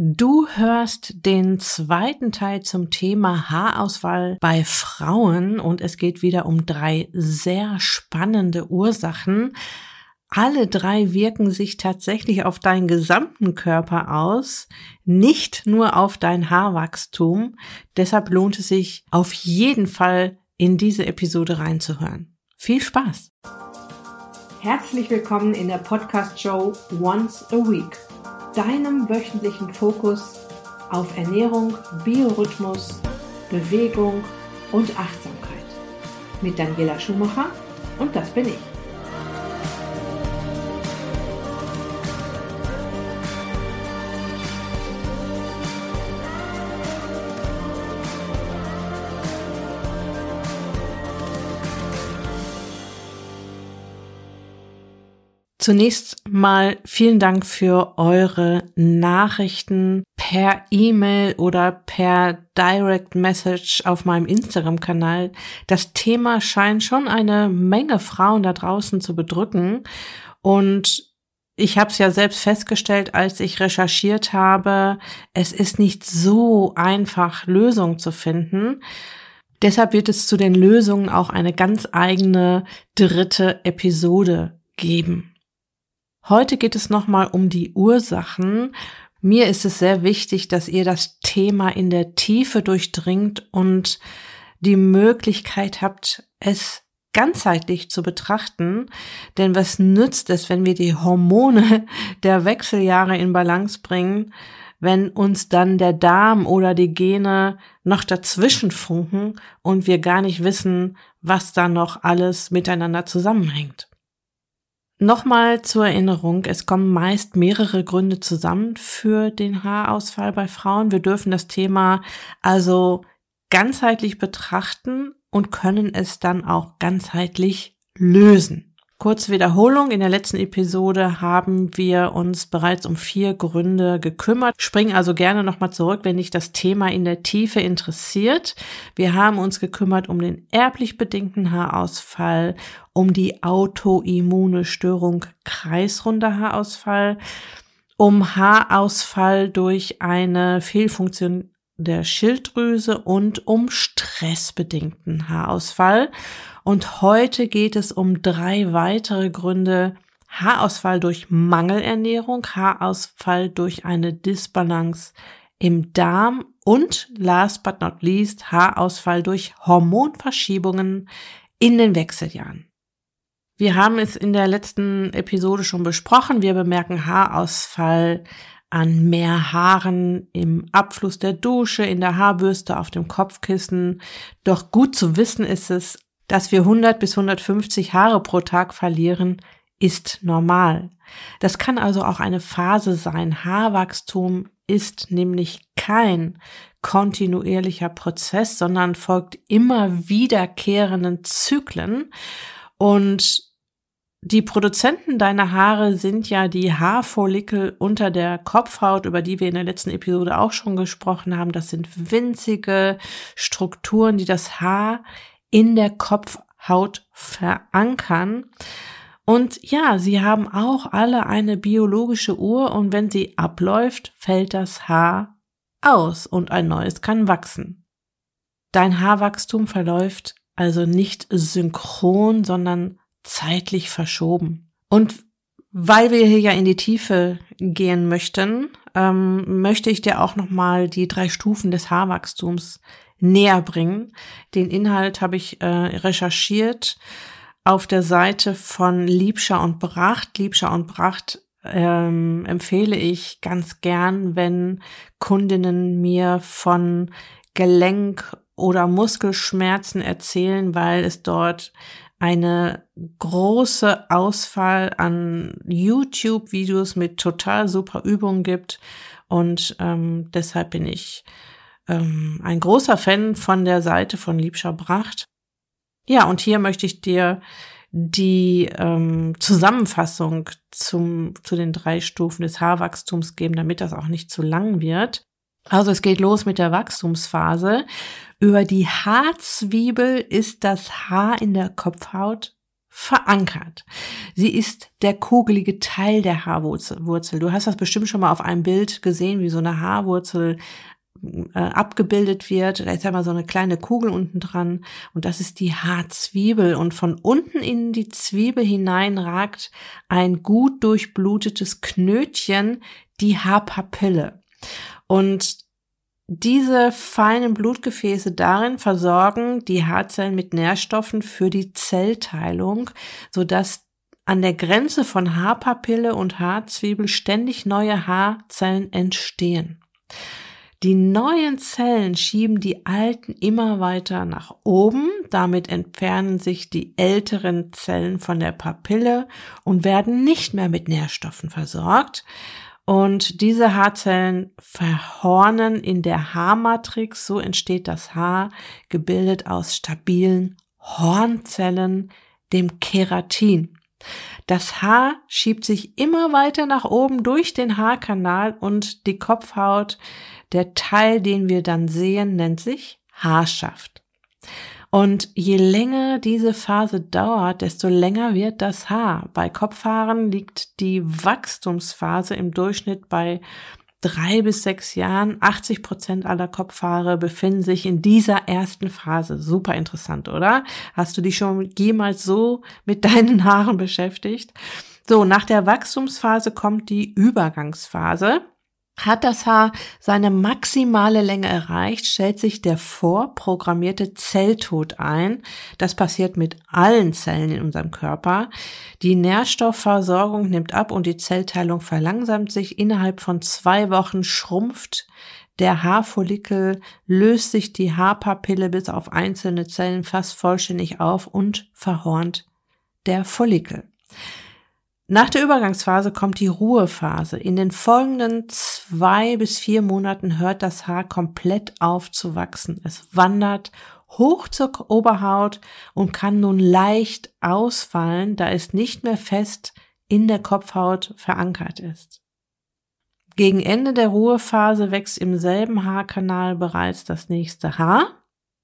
Du hörst den zweiten Teil zum Thema Haarausfall bei Frauen und es geht wieder um 3 sehr spannende Ursachen. Alle 3 wirken sich tatsächlich auf deinen gesamten Körper aus, nicht nur auf dein Haarwachstum. Deshalb lohnt es sich auf jeden Fall, in diese Episode reinzuhören. Viel Spaß! Herzlich willkommen in der Podcast-Show Once a Week, deinem wöchentlichen Fokus auf Ernährung, Biorhythmus, Bewegung und Achtsamkeit. Mit Daniela Schumacher und das bin ich. Zunächst mal vielen Dank für eure Nachrichten per E-Mail oder per Direct Message auf meinem Instagram-Kanal. Das Thema scheint schon eine Menge Frauen da draußen zu bedrücken und ich habe es ja selbst festgestellt, als ich recherchiert habe, es ist nicht so einfach, Lösungen zu finden. Deshalb wird es zu den Lösungen auch eine ganz eigene 3. Episode geben. Heute geht es nochmal um die Ursachen. Mir ist es sehr wichtig, dass ihr das Thema in der Tiefe durchdringt und die Möglichkeit habt, es ganzheitlich zu betrachten. Denn was nützt es, wenn wir die Hormone der Wechseljahre in Balance bringen, wenn uns dann der Darm oder die Gene noch dazwischen funken und wir gar nicht wissen, was da noch alles miteinander zusammenhängt. Nochmal zur Erinnerung, es kommen meist mehrere Gründe zusammen für den Haarausfall bei Frauen. Wir dürfen das Thema also ganzheitlich betrachten und können es dann auch ganzheitlich lösen. Kurze Wiederholung, in der letzten Episode haben wir uns bereits um 4 Gründe gekümmert. Spring also gerne nochmal zurück, wenn dich das Thema in der Tiefe interessiert. Wir haben uns gekümmert um den erblich bedingten Haarausfall, um die autoimmune Störung kreisrunder Haarausfall, um Haarausfall durch eine Fehlfunktion der Schilddrüse und um stressbedingten Haarausfall. Und heute geht es um 3 weitere Gründe: Haarausfall durch Mangelernährung, Haarausfall durch eine Disbalance im Darm und last but not least Haarausfall durch Hormonverschiebungen in den Wechseljahren. Wir haben es in der letzten Episode schon besprochen. Wir bemerken Haarausfall an mehr Haaren im Abfluss der Dusche, in der Haarbürste, auf dem Kopfkissen. Doch gut zu wissen ist es, dass wir 100 bis 150 Haare pro Tag verlieren, ist normal. Das kann also auch eine Phase sein. Haarwachstum ist nämlich kein kontinuierlicher Prozess, sondern folgt immer wiederkehrenden Zyklen. Und die Produzenten deiner Haare sind ja die Haarfollikel unter der Kopfhaut, über die wir in der letzten Episode auch schon gesprochen haben. Das sind winzige Strukturen, die das Haar in der Kopfhaut verankern. Und ja, sie haben auch alle eine biologische Uhr und wenn sie abläuft, fällt das Haar aus und ein neues kann wachsen. Dein Haarwachstum verläuft also nicht synchron, sondern zeitlich verschoben. Und weil wir hier ja in die Tiefe gehen möchten, möchte ich dir auch nochmal die 3 Stufen des Haarwachstums näher bringen. Den Inhalt habe ich recherchiert auf der Seite von Liebscher und Bracht. Liebscher und Bracht empfehle ich ganz gern, wenn Kundinnen mir von Gelenk- oder Muskelschmerzen erzählen, weil es dort eine große Auswahl an YouTube-Videos mit total super Übungen gibt und deshalb bin ich ein großer Fan von der Seite von Liebscher Bracht. Ja, und hier möchte ich dir die Zusammenfassung zu den 3 Stufen des Haarwachstums geben, damit das auch nicht zu lang wird. Also es geht los mit der Wachstumsphase. Über die Haarzwiebel ist das Haar in der Kopfhaut verankert. Sie ist der kugelige Teil der Haarwurzel. Du hast das bestimmt schon mal auf einem Bild gesehen, wie so eine Haarwurzel abgebildet wird. Da ist ja mal so eine kleine Kugel unten dran und das ist die Haarzwiebel und von unten in die Zwiebel hinein ragt ein gut durchblutetes Knötchen, die Haarpapille. Und diese feinen Blutgefäße darin versorgen die Haarzellen mit Nährstoffen für die Zellteilung, sodass an der Grenze von Haarpapille und Haarzwiebel ständig neue Haarzellen entstehen. Die neuen Zellen schieben die alten immer weiter nach oben, damit entfernen sich die älteren Zellen von der Papille und werden nicht mehr mit Nährstoffen versorgt. Und diese Haarzellen verhornen in der Haarmatrix, so entsteht das Haar, gebildet aus stabilen Hornzellen, dem Keratin. Das Haar schiebt sich immer weiter nach oben durch den Haarkanal und die Kopfhaut, der Teil, den wir dann sehen, nennt sich Haarschaft. Und je länger diese Phase dauert, desto länger wird das Haar. Bei Kopfhaaren liegt die Wachstumsphase im Durchschnitt bei 3 bis 6 Jahren. 80% aller Kopfhaare befinden sich in dieser ersten Phase. Super interessant, oder? Hast du dich schon jemals so mit deinen Haaren beschäftigt? So, nach der Wachstumsphase kommt die Übergangsphase. Hat das Haar seine maximale Länge erreicht, stellt sich der vorprogrammierte Zelltod ein. Das passiert mit allen Zellen in unserem Körper. Die Nährstoffversorgung nimmt ab und die Zellteilung verlangsamt sich. Innerhalb von 2 Wochen schrumpft der Haarfollikel, löst sich die Haarpapille bis auf einzelne Zellen fast vollständig auf und verhornt der Follikel. Nach der Übergangsphase kommt die Ruhephase. In den folgenden 2 bis 4 Monaten hört das Haar komplett auf zu wachsen. Es wandert hoch zur Oberhaut und kann nun leicht ausfallen, da es nicht mehr fest in der Kopfhaut verankert ist. Gegen Ende der Ruhephase wächst im selben Haarkanal bereits das nächste Haar.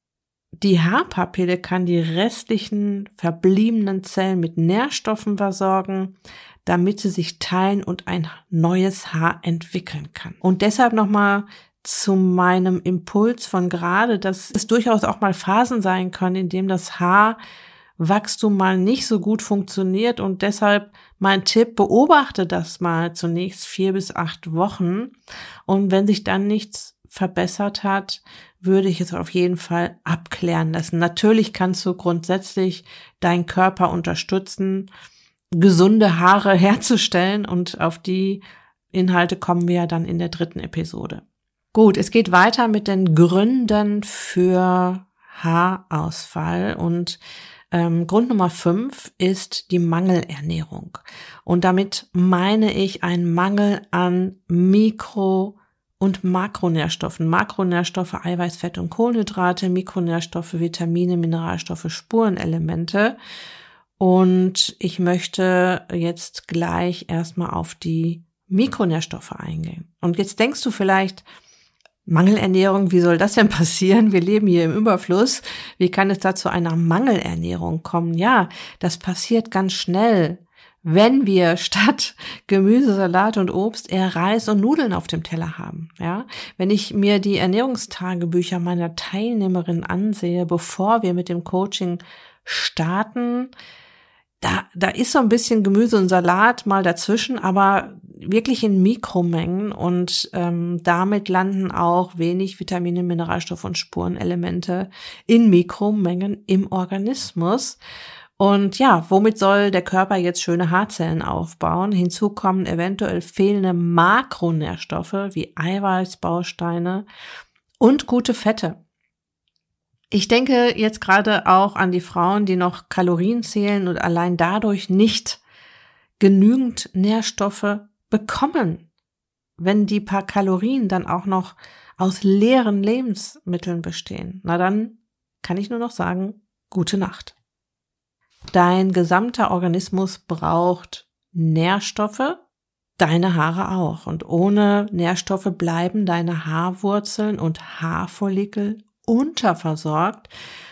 Die Haarpapille kann die restlichen verbliebenen Zellen mit Nährstoffen versorgen, damit sie sich teilen und ein neues Haar entwickeln kann. Und deshalb nochmal zu meinem Impuls von gerade, dass es durchaus auch mal Phasen sein können, in denen das Haarwachstum mal nicht so gut funktioniert und deshalb mein Tipp, beobachte das mal zunächst 4 bis 8 Wochen und wenn sich dann nichts verbessert hat, würde ich es auf jeden Fall abklären lassen. Natürlich kannst du grundsätzlich deinen Körper unterstützen, gesunde Haare herzustellen und auf die Inhalte kommen wir ja dann in der 3. Episode. Gut, es geht weiter mit den Gründen für Haarausfall und Grund Nummer 5 ist die Mangelernährung. Und damit meine ich einen Mangel an Mikro- und Makronährstoffen. Makronährstoffe, Eiweiß, Fett und Kohlenhydrate, Mikronährstoffe, Vitamine, Mineralstoffe, Spurenelemente. Und ich möchte jetzt gleich erstmal auf die Mikronährstoffe eingehen. Und jetzt denkst du vielleicht, Mangelernährung, wie soll das denn passieren? Wir leben hier im Überfluss. Wie kann es da zu einer Mangelernährung kommen? Ja, das passiert ganz schnell, wenn wir statt Gemüse, Salat und Obst eher Reis und Nudeln auf dem Teller haben. Ja, wenn ich mir die Ernährungstagebücher meiner Teilnehmerinnen ansehe, bevor wir mit dem Coaching starten, da ist so ein bisschen Gemüse und Salat mal dazwischen, aber wirklich in Mikromengen und damit landen auch wenig Vitamine, Mineralstoffe und Spurenelemente in Mikromengen im Organismus. Und ja, womit soll der Körper jetzt schöne Haarzellen aufbauen? Hinzu kommen eventuell fehlende Makronährstoffe wie Eiweißbausteine und gute Fette. Ich denke jetzt gerade auch an die Frauen, die noch Kalorien zählen und allein dadurch nicht genügend Nährstoffe bekommen, wenn die paar Kalorien dann auch noch aus leeren Lebensmitteln bestehen. Na dann kann ich nur noch sagen, gute Nacht. Dein gesamter Organismus braucht Nährstoffe, deine Haare auch. Und ohne Nährstoffe bleiben deine Haarwurzeln und Haarfollikel unterversorgt.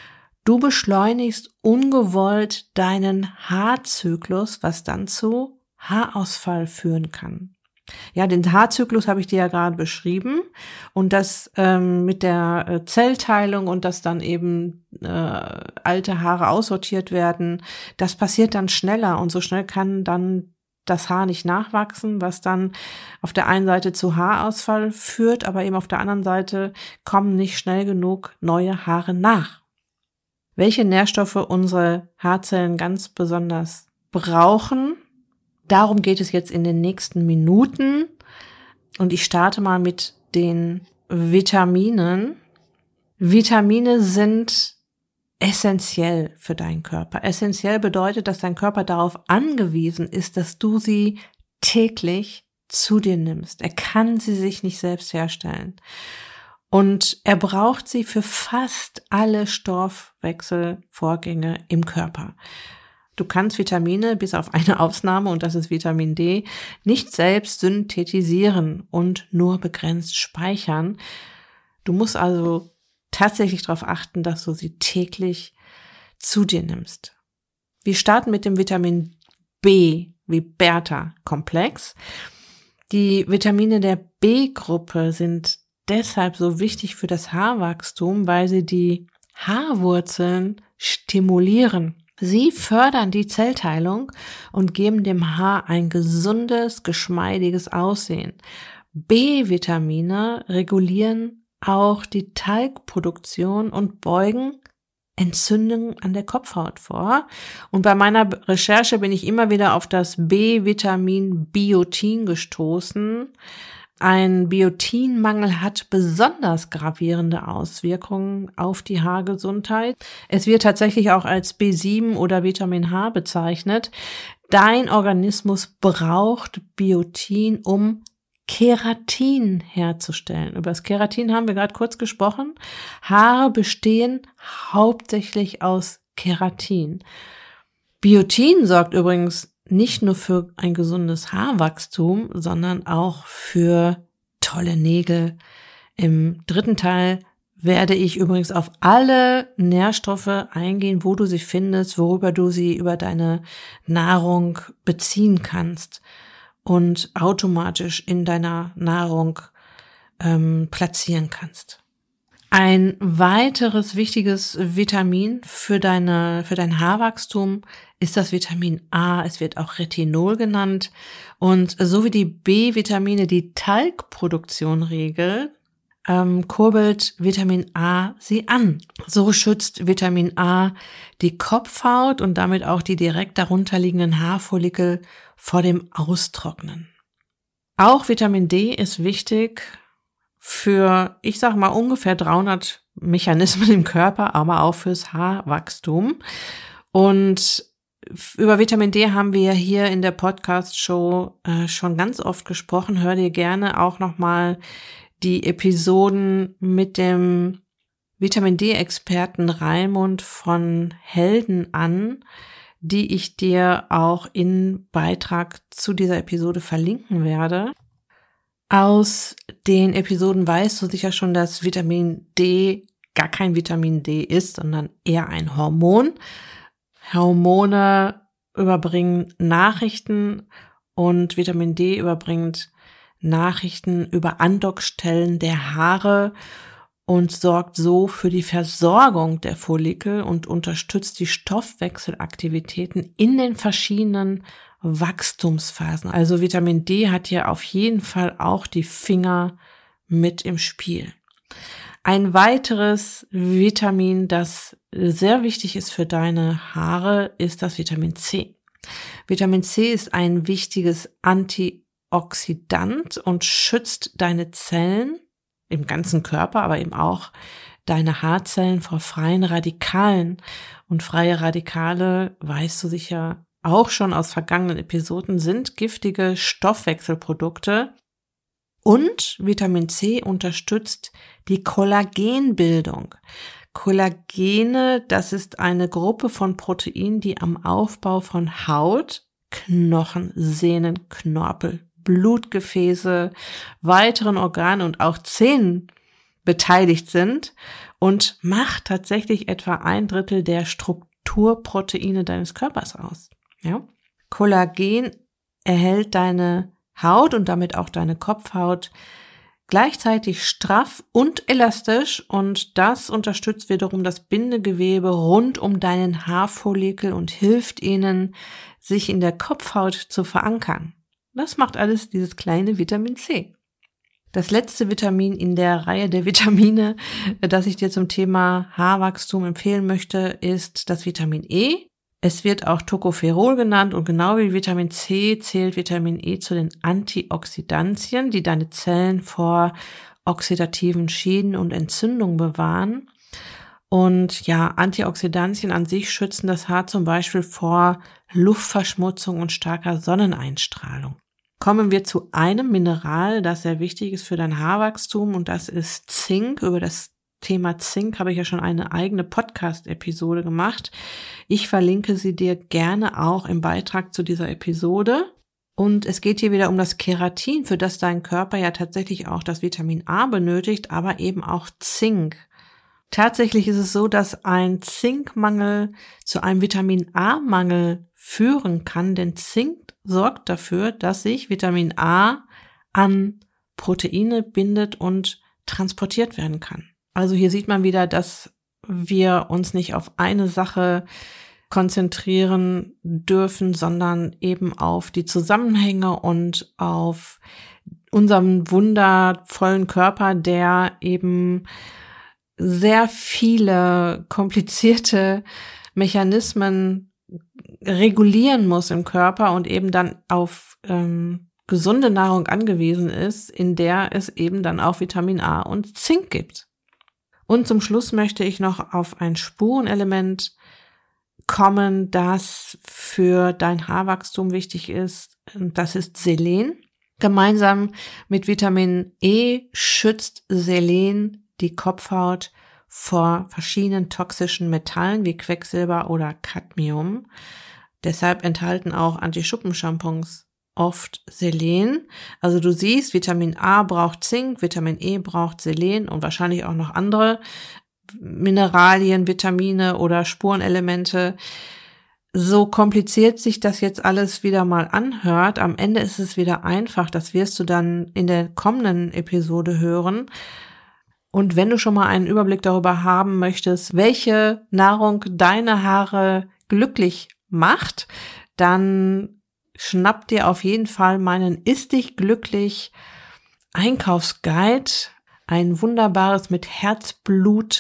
Du beschleunigst ungewollt deinen Haarzyklus, was dann zu Haarausfall führen kann. Ja, den Haarzyklus habe ich dir ja gerade beschrieben und das mit der Zellteilung und dass dann eben alte Haare aussortiert werden, das passiert dann schneller und so schnell kann dann das Haar nicht nachwachsen, was dann auf der einen Seite zu Haarausfall führt, aber eben auf der anderen Seite kommen nicht schnell genug neue Haare nach. Welche Nährstoffe unsere Haarzellen ganz besonders brauchen, darum geht es jetzt in den nächsten Minuten und ich starte mal mit den Vitaminen. Vitamine sind essentiell für deinen Körper. Essentiell bedeutet, dass dein Körper darauf angewiesen ist, dass du sie täglich zu dir nimmst. Er kann sie sich nicht selbst herstellen. Und er braucht sie für fast alle Stoffwechselvorgänge im Körper. Du kannst Vitamine, bis auf eine Ausnahme, und das ist Vitamin D, nicht selbst synthetisieren und nur begrenzt speichern. Du musst also tatsächlich darauf achten, dass du sie täglich zu dir nimmst. Wir starten mit dem Vitamin B, wie Beta-Komplex. Die Vitamine der B-Gruppe sind deshalb so wichtig für das Haarwachstum, weil sie die Haarwurzeln stimulieren. Sie fördern die Zellteilung und geben dem Haar ein gesundes, geschmeidiges Aussehen. B-Vitamine regulieren auch die Talgproduktion und beugen Entzündungen an der Kopfhaut vor. Und bei meiner Recherche bin ich immer wieder auf das B-Vitamin Biotin gestoßen. Ein Biotinmangel hat besonders gravierende Auswirkungen auf die Haargesundheit. Es wird tatsächlich auch als B7 oder Vitamin H bezeichnet. Dein Organismus braucht Biotin, um Keratin herzustellen. Über das Keratin haben wir gerade kurz gesprochen. Haare bestehen hauptsächlich aus Keratin. Biotin sorgt übrigens nicht nur für ein gesundes Haarwachstum, sondern auch für tolle Nägel. Im dritten Teil werde ich übrigens auf alle Nährstoffe eingehen, wo du sie findest, worüber du sie über deine Nahrung beziehen kannst und automatisch in deiner Nahrung platzieren kannst. Ein weiteres wichtiges Vitamin für dein Haarwachstum ist das Vitamin A. Es wird auch Retinol genannt. Und so wie die B-Vitamine die Talgproduktion regeln, kurbelt Vitamin A sie an. So schützt Vitamin A die Kopfhaut und damit auch die direkt darunter liegenden Haarfollikel vor dem Austrocknen. Auch Vitamin D ist wichtig für, ich sag mal, ungefähr 300 Mechanismen im Körper, aber auch fürs Haarwachstum. Und über Vitamin D haben wir hier in der Podcast-Show schon ganz oft gesprochen. Hör dir gerne auch nochmal die Episoden mit dem Vitamin D-Experten Raimund von Helden an, die ich dir auch in Beitrag zu dieser Episode verlinken werde. Aus den Episoden weißt du sicher schon, dass Vitamin D gar kein Vitamin D ist, sondern eher ein Hormon. Hormone überbringen Nachrichten und Vitamin D überbringt Nachrichten über Andockstellen der Haare und sorgt so für die Versorgung der Follikel und unterstützt die Stoffwechselaktivitäten in den verschiedenen Wachstumsphasen. Also Vitamin D hat hier auf jeden Fall auch die Finger mit im Spiel. Ein weiteres Vitamin, das sehr wichtig ist für deine Haare, ist das Vitamin C. Vitamin C ist ein wichtiges Antioxidant und schützt deine Zellen im ganzen Körper, aber eben auch deine Haarzellen vor freien Radikalen. Und freie Radikale, weißt du sicher auch schon aus vergangenen Episoden, sind giftige Stoffwechselprodukte. Und Vitamin C unterstützt die Kollagenbildung. Kollagene, das ist eine Gruppe von Proteinen, die am Aufbau von Haut, Knochen, Sehnen, Knorpel, Blutgefäße, weiteren Organen und auch Zähnen beteiligt sind und macht tatsächlich etwa 1/3 der Strukturproteine deines Körpers aus. Ja? Kollagen erhält deine Haut und damit auch deine Kopfhaut gleichzeitig straff und elastisch und das unterstützt wiederum das Bindegewebe rund um deinen Haarfollikel und hilft ihnen, sich in der Kopfhaut zu verankern. Das macht alles dieses kleine Vitamin C. Das letzte Vitamin in der Reihe der Vitamine, das ich dir zum Thema Haarwachstum empfehlen möchte, ist das Vitamin E. Es wird auch Tocopherol genannt und genau wie Vitamin C zählt Vitamin E zu den Antioxidantien, die deine Zellen vor oxidativen Schäden und Entzündungen bewahren. Und ja, Antioxidantien an sich schützen das Haar zum Beispiel vor Luftverschmutzung und starker Sonneneinstrahlung. Kommen wir zu einem Mineral, das sehr wichtig ist für dein Haarwachstum und das ist Zink. Über das Thema Zink habe ich ja schon eine eigene Podcast-Episode gemacht. Ich verlinke sie dir gerne auch im Beitrag zu dieser Episode. Und es geht hier wieder um das Keratin, für das dein Körper ja tatsächlich auch das Vitamin A benötigt, aber eben auch Zink. Tatsächlich ist es so, dass ein Zinkmangel zu einem Vitamin A-Mangel führen kann, denn Zink sorgt dafür, dass sich Vitamin A an Proteine bindet und transportiert werden kann. Also hier sieht man wieder, dass wir uns nicht auf eine Sache konzentrieren dürfen, sondern eben auf die Zusammenhänge und auf unseren wundervollen Körper, der eben sehr viele komplizierte Mechanismen regulieren muss im Körper und eben dann auf gesunde Nahrung angewiesen ist, in der es eben dann auch Vitamin A und Zink gibt. Und zum Schluss möchte ich noch auf ein Spurenelement kommen, das für dein Haarwachstum wichtig ist. Das ist Selen. Gemeinsam mit Vitamin E schützt Selen die Kopfhaut vor verschiedenen toxischen Metallen wie Quecksilber oder Cadmium. Deshalb enthalten auch Anti-Schuppen-Shampoos oft Selen. Also du siehst, Vitamin A braucht Zink, Vitamin E braucht Selen und wahrscheinlich auch noch andere Mineralien, Vitamine oder Spurenelemente. So kompliziert sich das jetzt alles wieder mal anhört, am Ende ist es wieder einfach. Das wirst du dann in der kommenden Episode hören. Und wenn du schon mal einen Überblick darüber haben möchtest, welche Nahrung deine Haare glücklich macht, dann schnapp dir auf jeden Fall meinen Ist dich glücklich Einkaufsguide, ein wunderbares mit Herzblut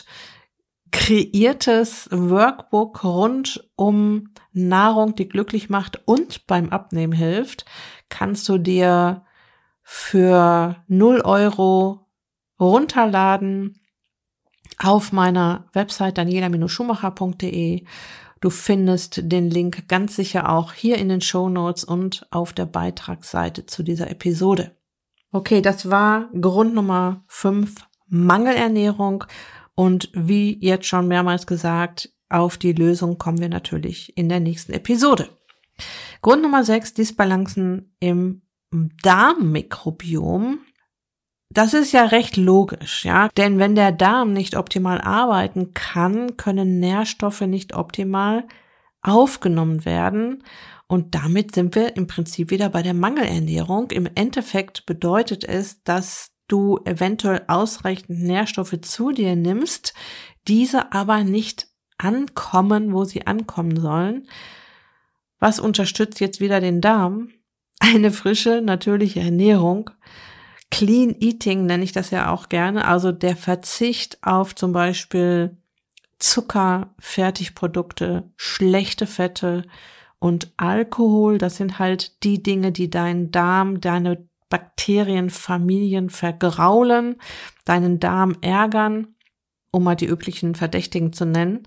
kreiertes Workbook rund um Nahrung, die glücklich macht und beim Abnehmen hilft. Kannst du dir für 0 € runterladen auf meiner Website daniela-schumacher.de. Du findest den Link ganz sicher auch hier in den Shownotes und auf der Beitragsseite zu dieser Episode. Okay, das war Grund Nummer 5, Mangelernährung. Und wie jetzt schon mehrmals gesagt, auf die Lösung kommen wir natürlich in der nächsten Episode. Grund Nummer 6, Disbalancen im Darmmikrobiom. Das ist ja recht logisch, ja, denn wenn der Darm nicht optimal arbeiten kann, können Nährstoffe nicht optimal aufgenommen werden und damit sind wir im Prinzip wieder bei der Mangelernährung. Im Endeffekt bedeutet es, dass du eventuell ausreichend Nährstoffe zu dir nimmst, diese aber nicht ankommen, wo sie ankommen sollen. Was unterstützt jetzt wieder den Darm? Eine frische, natürliche Ernährung. Clean Eating nenne ich das ja auch gerne, also der Verzicht auf zum Beispiel Zucker, Fertigprodukte, schlechte Fette und Alkohol. Das sind halt die Dinge, die deinen Darm, deine Bakterienfamilien vergraulen, deinen Darm ärgern, um mal die üblichen Verdächtigen zu nennen.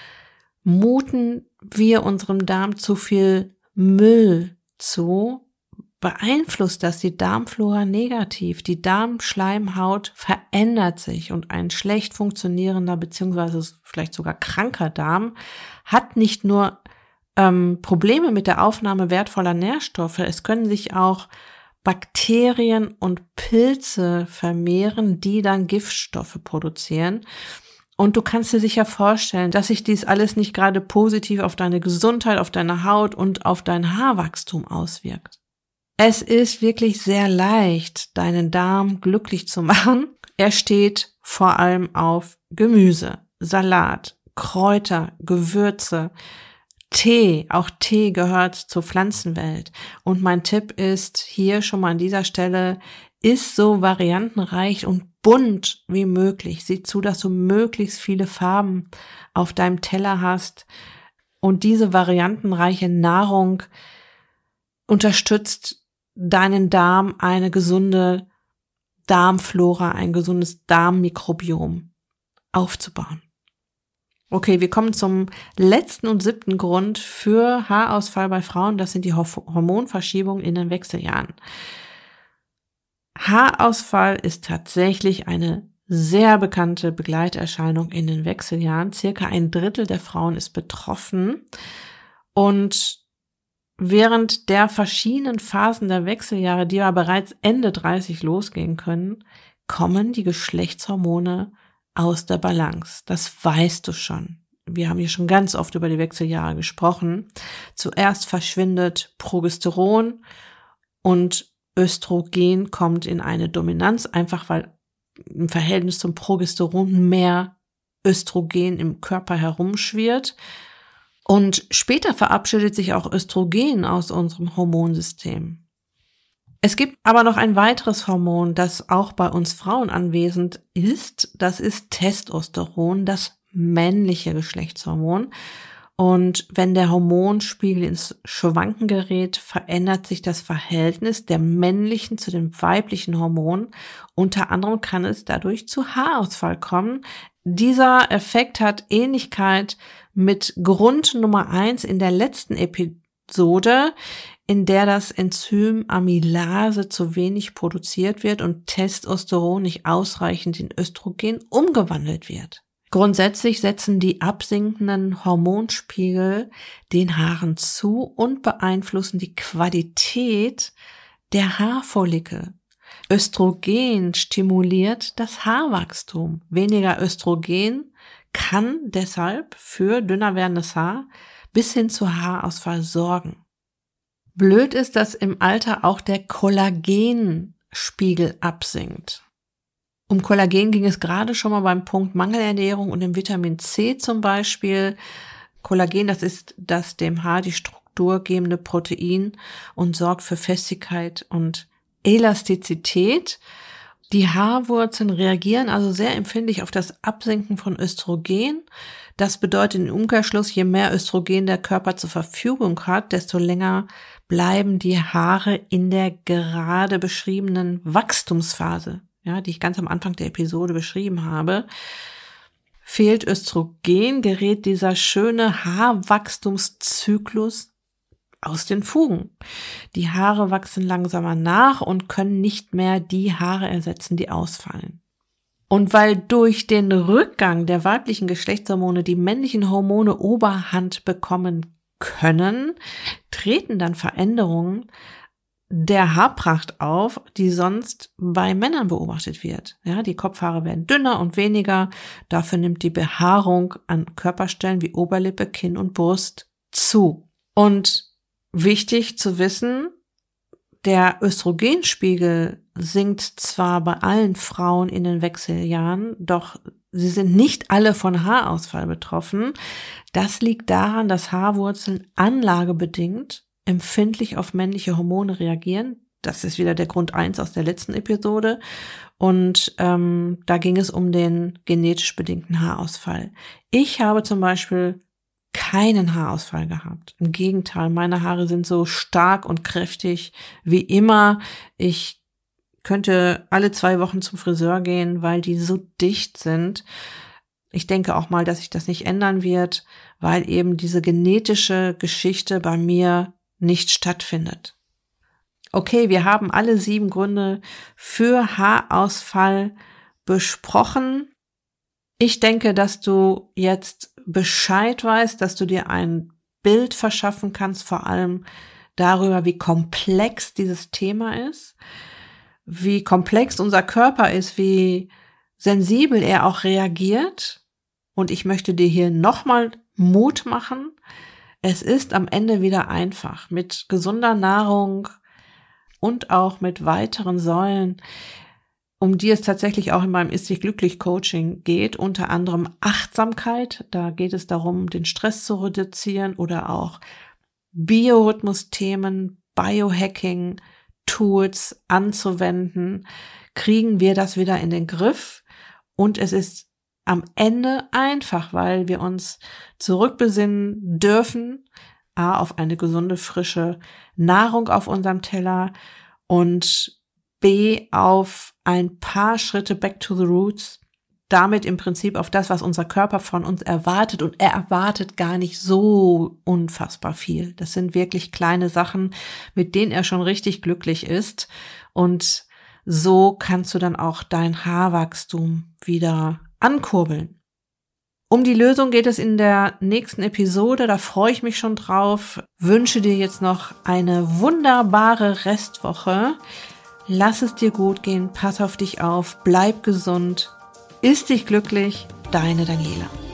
Muten wir unserem Darm zu viel Müll zu, beeinflusst das die Darmflora negativ. Die Darmschleimhaut verändert sich und ein schlecht funktionierender bzw. vielleicht sogar kranker Darm hat nicht nur Probleme mit der Aufnahme wertvoller Nährstoffe, es können sich auch Bakterien und Pilze vermehren, die dann Giftstoffe produzieren. Und du kannst dir sicher vorstellen, dass sich dies alles nicht gerade positiv auf deine Gesundheit, auf deine Haut und auf dein Haarwachstum auswirkt. Es ist wirklich sehr leicht, deinen Darm glücklich zu machen. Er steht vor allem auf Gemüse, Salat, Kräuter, Gewürze, Tee. Auch Tee gehört zur Pflanzenwelt. Und mein Tipp ist hier schon mal an dieser Stelle, iss so variantenreich und bunt wie möglich. Sieh zu, dass du möglichst viele Farben auf deinem Teller hast. Und diese variantenreiche Nahrung unterstützt deinen Darm, eine gesunde Darmflora, ein gesundes Darmmikrobiom aufzubauen. Okay, wir kommen zum letzten und 7. Grund für Haarausfall bei Frauen. Das sind die Hormonverschiebungen in den Wechseljahren. Haarausfall ist tatsächlich eine sehr bekannte Begleiterscheinung in den Wechseljahren. Circa 1/3 der Frauen ist betroffen. Und während der verschiedenen Phasen der Wechseljahre, die ja bereits Ende 30 losgehen können, kommen die Geschlechtshormone aus der Balance. Das weißt du schon. Wir haben hier schon ganz oft über die Wechseljahre gesprochen. Zuerst verschwindet Progesteron und Östrogen kommt in eine Dominanz, einfach weil im Verhältnis zum Progesteron mehr Östrogen im Körper herumschwirrt. Und später verabschiedet sich auch Östrogen aus unserem Hormonsystem. Es gibt aber noch ein weiteres Hormon, das auch bei uns Frauen anwesend ist. Das ist Testosteron, das männliche Geschlechtshormon. Und wenn der Hormonspiegel ins Schwanken gerät, verändert sich das Verhältnis der männlichen zu den weiblichen Hormonen. Unter anderem kann es dadurch zu Haarausfall kommen. Dieser Effekt hat Ähnlichkeit mit Grund Nummer 1 in der letzten Episode, in der das Enzym Amylase zu wenig produziert wird und Testosteron nicht ausreichend in Östrogen umgewandelt wird. Grundsätzlich setzen die absinkenden Hormonspiegel den Haaren zu und beeinflussen die Qualität der Haarfollikel. Östrogen stimuliert das Haarwachstum. Weniger Östrogen kann deshalb für dünner werdendes Haar bis hin zu Haarausfall sorgen. Blöd ist, dass im Alter auch der Kollagenspiegel absinkt. Um Kollagen ging es gerade schon mal beim Punkt Mangelernährung und im Vitamin C zum Beispiel. Kollagen, das ist das dem Haar die Struktur gebende Protein und sorgt für Festigkeit und Elastizität. Die Haarwurzeln reagieren also sehr empfindlich auf das Absinken von Östrogen. Das bedeutet im Umkehrschluss, je mehr Östrogen der Körper zur Verfügung hat, desto länger bleiben die Haare in der gerade beschriebenen Wachstumsphase, ja, die ich ganz am Anfang der Episode beschrieben habe. Fehlt Östrogen, gerät dieser schöne Haarwachstumszyklus aus den Fugen. Die Haare wachsen langsamer nach und können nicht mehr die Haare ersetzen, die ausfallen. Und weil durch den Rückgang der weiblichen Geschlechtshormone die männlichen Hormone Oberhand bekommen können, treten dann Veränderungen der Haarpracht auf, die sonst bei Männern beobachtet wird. Ja, die Kopfhaare werden dünner und weniger, dafür nimmt die Behaarung an Körperstellen wie Oberlippe, Kinn und Brust zu. Und wichtig zu wissen, der Östrogenspiegel sinkt zwar bei allen Frauen in den Wechseljahren, doch sie sind nicht alle von Haarausfall betroffen. Das liegt daran, dass Haarwurzeln anlagebedingt empfindlich auf männliche Hormone reagieren. Das ist wieder der Grund 1 aus der letzten Episode. Und da ging es um den genetisch bedingten Haarausfall. Ich habe zum Beispiel keinen Haarausfall gehabt. Im Gegenteil, meine Haare sind so stark und kräftig wie immer. Ich könnte alle 2 Wochen zum Friseur gehen, weil die so dicht sind. Ich denke auch mal, dass sich das nicht ändern wird, weil eben diese genetische Geschichte bei mir nicht stattfindet. Okay, wir haben alle 7 Gründe für Haarausfall besprochen. Ich denke, dass du jetzt Bescheid weißt, dass du dir ein Bild verschaffen kannst, vor allem darüber, wie komplex dieses Thema ist, wie komplex unser Körper ist, wie sensibel er auch reagiert. Und ich möchte dir hier nochmal Mut machen. Es ist am Ende wieder einfach. Mit gesunder Nahrung und auch mit weiteren Säulen, um die es tatsächlich auch in meinem Ist dich glücklich Coaching geht, unter anderem Achtsamkeit. Da geht es darum, den Stress zu reduzieren oder auch Biorhythmus-Themen, Biohacking, Tools anzuwenden, kriegen wir das wieder in den Griff. Und es ist am Ende einfach, weil wir uns zurückbesinnen dürfen, A, auf eine gesunde, frische Nahrung auf unserem Teller und B, auf ein paar Schritte back to the roots, damit im Prinzip auf das, was unser Körper von uns erwartet. Und er erwartet gar nicht so unfassbar viel. Das sind wirklich kleine Sachen, mit denen er schon richtig glücklich ist. Und so kannst du dann auch dein Haarwachstum wieder ankurbeln. Um die Lösung geht es in der nächsten Episode, da freue ich mich schon drauf. Wünsche dir jetzt noch eine wunderbare Restwoche. Lass es dir gut gehen, pass auf dich auf, bleib gesund. Ist dich glücklich, deine Daniela.